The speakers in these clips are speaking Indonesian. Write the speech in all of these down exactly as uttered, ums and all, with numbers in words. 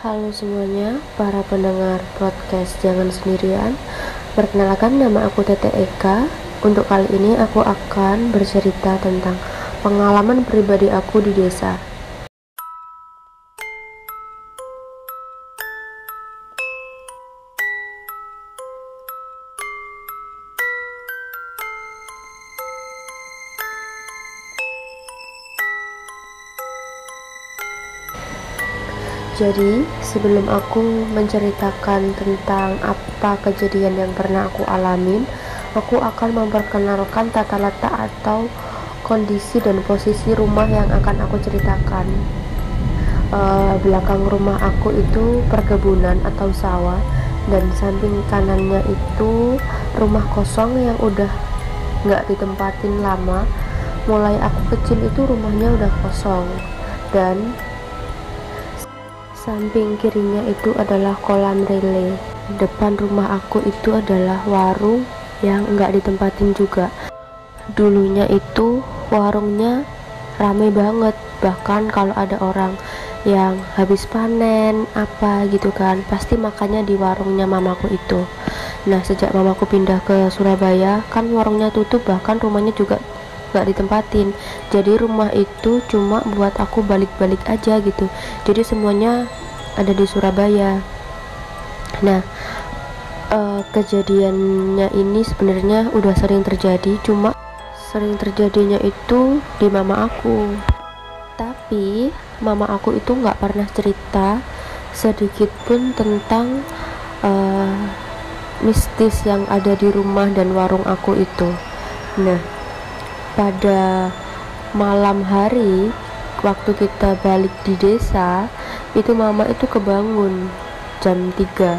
Halo semuanya, para pendengar podcast Jangan Sendirian. Perkenalkan, nama aku Tete Eka. Untuk kali ini aku akan bercerita tentang pengalaman pribadi aku di desa. Jadi, sebelum aku menceritakan tentang apa kejadian yang pernah aku alamin, aku akan memperkenalkan tata letak atau kondisi dan posisi rumah yang akan aku ceritakan. Uh, belakang rumah aku itu perkebunan atau sawah, dan samping kanannya itu rumah kosong yang udah nggak ditempatin lama. Mulai aku kecil itu rumahnya udah kosong, dan samping kirinya itu adalah kolam relay. Depan rumah aku itu adalah warung yang nggak ditempatin juga. Dulunya itu warungnya rame banget, bahkan kalau ada orang yang habis panen apa gitu kan, pasti makannya di warungnya mamaku itu. Nah, sejak mamaku pindah ke Surabaya, kan warungnya tutup, bahkan rumahnya juga nggak ditempatin. Jadi rumah itu cuma buat aku balik-balik aja gitu. Jadi semuanya ada di Surabaya. Nah, uh, kejadiannya ini sebenarnya udah sering terjadi, cuma sering terjadinya itu di mama aku. Tapi mama aku itu nggak pernah cerita sedikit pun tentang uh, mistis yang ada di rumah dan warung aku itu. Nah, pada malam hari waktu kita balik di desa itu, mama itu kebangun jam tiga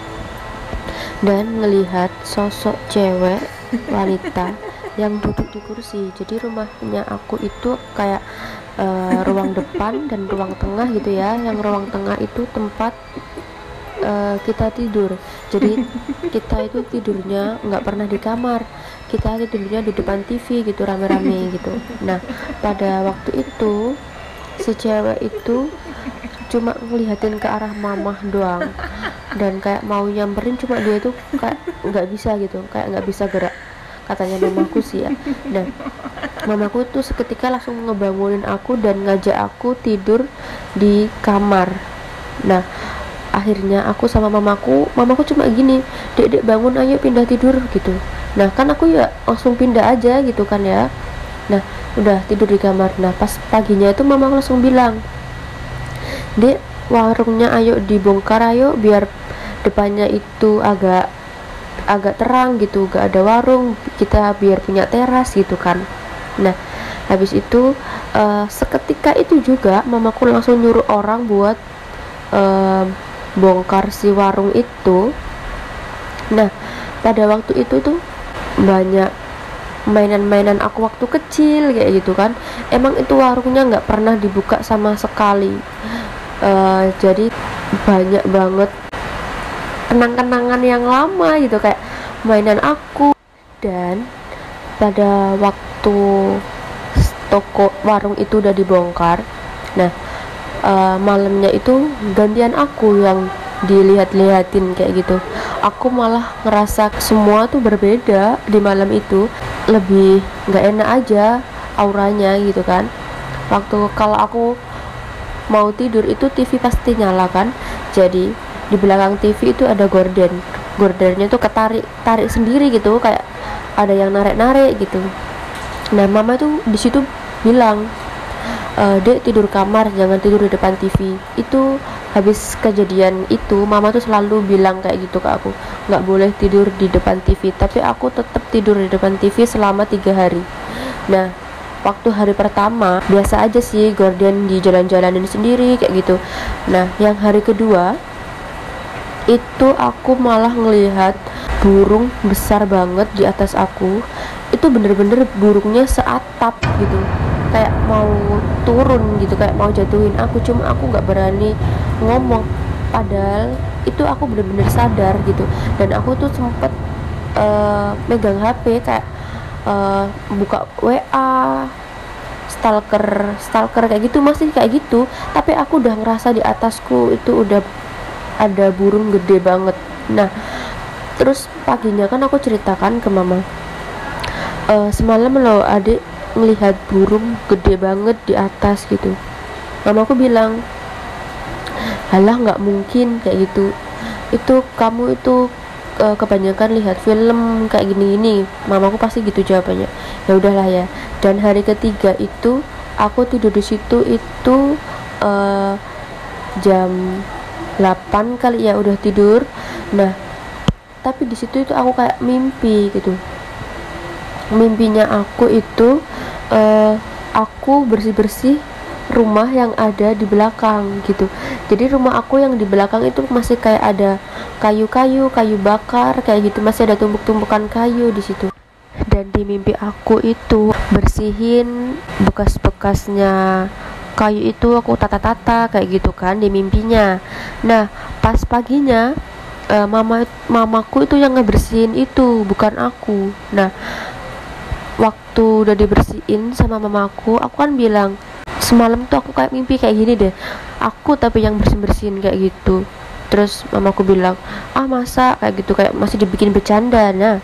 dan ngelihat sosok cewek wanita yang duduk di kursi. Jadi rumahnya aku itu kayak uh, ruang depan dan ruang tengah gitu ya. Yang ruang tengah itu tempat uh, kita tidur. Jadi kita itu tidurnya nggak pernah di kamar, kita tidurnya di depan T V gitu, rame-rame gitu. Nah, pada waktu itu si cewek itu cuma ngeliatin ke arah mamah doang, dan kayak mau nyamperin, cuma dia itu kayak nggak bisa gitu, kayak nggak bisa gerak, katanya mamaku sih ya. Dan mamaku tuh seketika langsung ngebangunin aku dan ngajak aku tidur di kamar. Nah, akhirnya aku sama mamaku mamaku cuma gini, dek dek bangun, ayo pindah tidur gitu. Nah, kan aku ya langsung pindah aja gitu kan ya. Nah, udah tidur di kamar. Nah, pas paginya itu mama langsung bilang, dek, warungnya ayo dibongkar, ayo biar depannya itu agak agak terang gitu, gak ada warung, kita biar punya teras gitu kan. Nah, habis itu uh, seketika itu juga mamaku langsung nyuruh orang buat uh, bongkar si warung itu. Nah, pada waktu itu tuh banyak mainan-mainan aku waktu kecil kayak gitu kan. Emang itu warungnya nggak pernah dibuka sama sekali. Uh, jadi banyak banget kenang-kenangan yang lama gitu, kayak mainan aku. Dan pada waktu toko warung itu udah dibongkar, nah uh, malamnya itu gantian aku yang dilihat-lihatin kayak gitu. Aku malah ngerasa semua tuh berbeda di malam itu, lebih nggak enak aja auranya gitu kan. Waktu kalau aku mau tidur itu T V pasti nyala kan, jadi di belakang T V itu ada gorden, gordennya tuh ketarik tarik sendiri gitu, kayak ada yang narik-narik gitu. Nah, mama tuh di situ bilang, e, dek tidur kamar, jangan tidur di depan T V. Itu habis kejadian itu mama tuh selalu bilang kayak gitu ke aku, nggak boleh tidur di depan T V. Tapi aku tetap tidur di depan T V selama tiga hari. Nah, waktu hari pertama biasa aja sih, gorden di jalan-jalanin sendiri kayak gitu. Nah, yang hari kedua itu aku malah ngelihat burung besar banget di atas aku. Itu bener-bener burungnya seatap gitu, kayak mau turun gitu, kayak mau jatuhin aku. Cuma aku nggak berani ngomong, padahal itu aku bener-bener sadar gitu. Dan aku tuh sempet uh, megang H P, kayak uh, buka W A, stalker stalker kayak gitu, masih kayak gitu, tapi aku udah ngerasa di atasku itu udah ada burung gede banget. Nah terus paginya kan aku ceritakan ke mama, e, semalam loh adik melihat burung gede banget di atas gitu. Mamaku bilang, halah nggak mungkin kayak gitu, itu kamu itu uh, kebanyakan lihat film kayak gini-gini. Mamaku pasti gitu jawabannya. Ya udahlah ya. Dan hari ketiga itu aku tidur di situ itu uh, jam delapan kali ya udah tidur. Nah tapi di situ itu aku kayak mimpi gitu. Mimpinya aku itu uh, aku bersih-bersih rumah yang ada di belakang gitu. Jadi rumah aku yang di belakang itu masih kayak ada kayu-kayu, kayu bakar kayak gitu, masih ada tumpuk-tumpukan kayu di situ. Dan di mimpi aku itu bersihin bekas-bekasnya kayu itu, aku tata-tata kayak gitu kan di mimpinya. Nah pas paginya uh, mama mamaku itu yang ngebersihin itu, bukan aku. Nah waktu udah dibersihin sama mamaku, aku kan bilang, semalam tuh aku kayak mimpi kayak gini deh, aku tapi yang bersin-bersin kayak gitu. Terus mamaku bilang, ah masa kayak gitu, kayak masih dibikin bercanda. Nah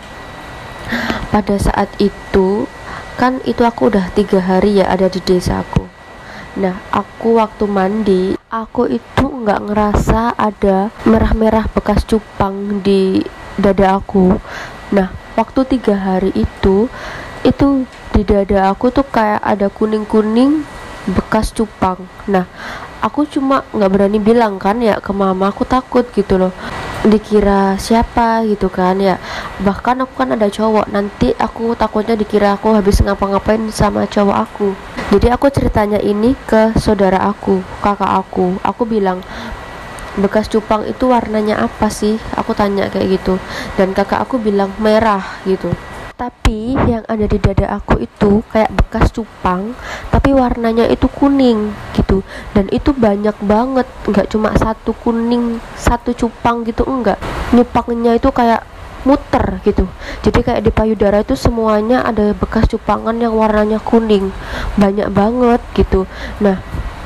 pada saat itu kan itu aku udah tiga hari ya ada di desaku. Nah aku waktu mandi, aku itu nggak ngerasa ada merah-merah bekas cupang di dada aku. Nah waktu tiga hari itu itu di dada aku tuh kayak ada kuning-kuning bekas cupang. Nah aku cuma nggak berani bilang kan ya ke mama, aku takut gitu loh, dikira siapa gitu kan ya. Bahkan aku kan ada cowok, nanti aku takutnya dikira aku habis ngapa-ngapain sama cowok aku. Jadi aku ceritanya ini ke saudara aku, kakak aku. Aku bilang, bekas cupang itu warnanya apa sih, aku tanya kayak gitu. Dan kakak aku bilang merah gitu. Tapi yang ada di dada aku itu kayak bekas cupang, tapi warnanya itu kuning gitu. Dan itu banyak banget, nggak cuma satu kuning, satu cupang gitu, enggak. Nipangnya itu kayak muter gitu. Jadi kayak di payudara itu semuanya ada bekas cupangan yang warnanya kuning, banyak banget gitu. Nah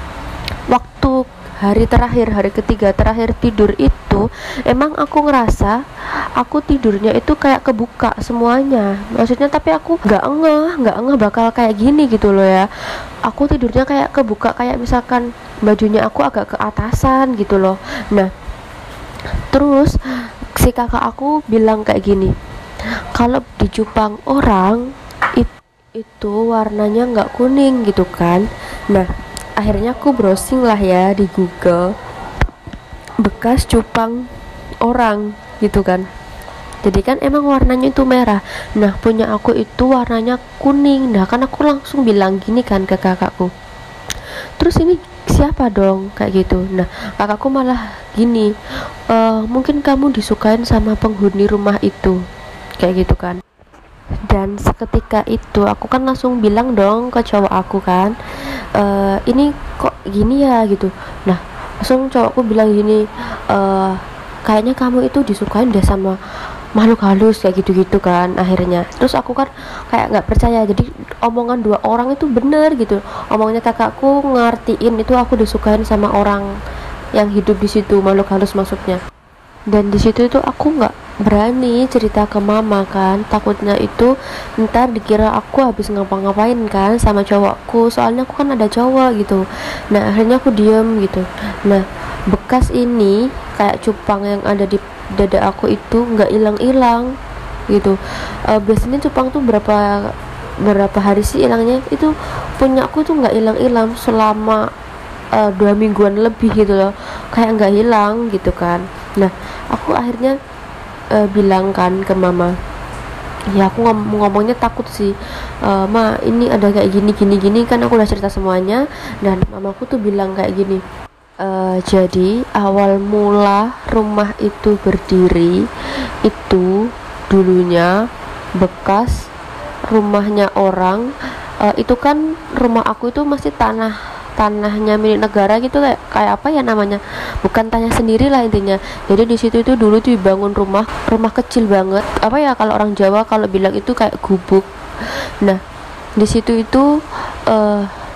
waktu hari terakhir, hari ketiga terakhir tidur itu, emang aku ngerasa aku tidurnya itu kayak kebuka semuanya, maksudnya, tapi aku nggak ngeh, nggak ngeh bakal kayak gini gitu loh ya. Aku tidurnya kayak kebuka, kayak misalkan bajunya aku agak ke atasan gitu loh. Nah terus si kakak aku bilang kayak gini, kalau dicupang orang it, itu warnanya nggak kuning gitu kan. Nah akhirnya aku browsing lah ya di Google, bekas cupang orang gitu kan. Jadi kan emang warnanya itu merah. Nah punya aku itu warnanya kuning. Nah kan aku langsung bilang gini kan ke kakakku, terus ini siapa dong kayak gitu. Nah kakakku malah gini, e, mungkin kamu disukain sama penghuni rumah itu kayak gitu kan. Dan seketika itu aku kan langsung bilang dong ke cowok aku kan, e, ini kok gini ya gitu. Nah langsung cowokku bilang gini, e, kayaknya kamu itu disukain deh sama makhluk halus kayak gitu-gitu kan akhirnya. Terus aku kan kayak nggak percaya, jadi omongan dua orang itu bener gitu. Omongnya kakakku ngertiin itu aku disukain sama orang yang hidup di situ, makhluk halus maksudnya. Dan di situ itu aku nggak berani cerita ke mama kan, takutnya itu ntar dikira aku habis ngapa-ngapain kan sama cowokku, soalnya aku kan ada cowok gitu. Nah akhirnya aku diem gitu. Nah bekas ini kayak cupang yang ada di dada aku itu nggak hilang-hilang gitu. E, biasanya cupang tuh berapa berapa hari sih hilangnya, itu punya aku tuh nggak hilang-hilang selama e, dua mingguan lebih gitu loh, kayak nggak hilang gitu kan. Nah aku akhirnya e, bilang kan ke mama, ya aku ngom ngomongnya takut sih, e, ma ini ada kayak gini gini gini kan, aku udah cerita semuanya. Dan mamaku tuh bilang kayak gini, Uh, jadi awal mula rumah itu berdiri itu dulunya bekas rumahnya orang. Uh, itu kan rumah aku itu masih tanah tanahnya milik negara gitu, kayak kayak apa ya namanya, bukan tanah sendiri lah intinya. Jadi di situ itu dulu tuh dibangun rumah rumah kecil banget, apa ya kalau orang Jawa kalau bilang itu kayak gubuk. Nah di situ itu uh,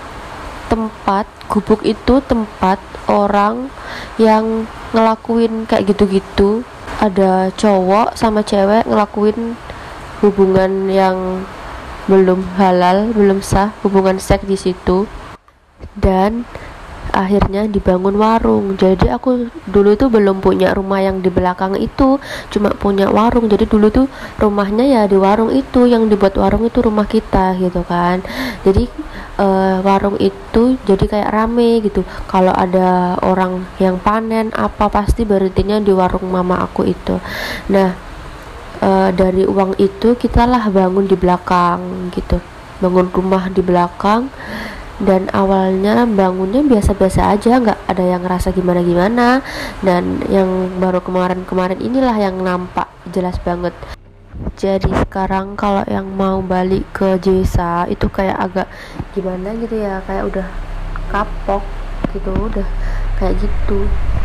tempat gubuk itu tempat orang yang ngelakuin kayak gitu-gitu, ada cowok sama cewek ngelakuin hubungan yang belum halal, belum sah, hubungan seks di situ. Dan akhirnya dibangun warung. Jadi aku dulu tuh belum punya rumah yang di belakang itu, cuma punya warung. Jadi dulu tuh rumahnya ya di warung itu, yang dibuat warung itu rumah kita gitu kan. Jadi uh, warung itu jadi kayak rame gitu. Kalau ada orang yang panen apa pasti berhentinya di warung mama aku itu. Nah, uh, dari uang itu kita lah bangun di belakang gitu, bangun rumah di belakang. Dan awalnya bangunnya biasa-biasa aja, nggak ada yang ngerasa gimana-gimana. Dan yang baru kemarin-kemarin inilah yang nampak jelas banget. Jadi sekarang kalau yang mau balik ke Jesa itu kayak agak gimana gitu ya, kayak udah kapok gitu, udah kayak gitu.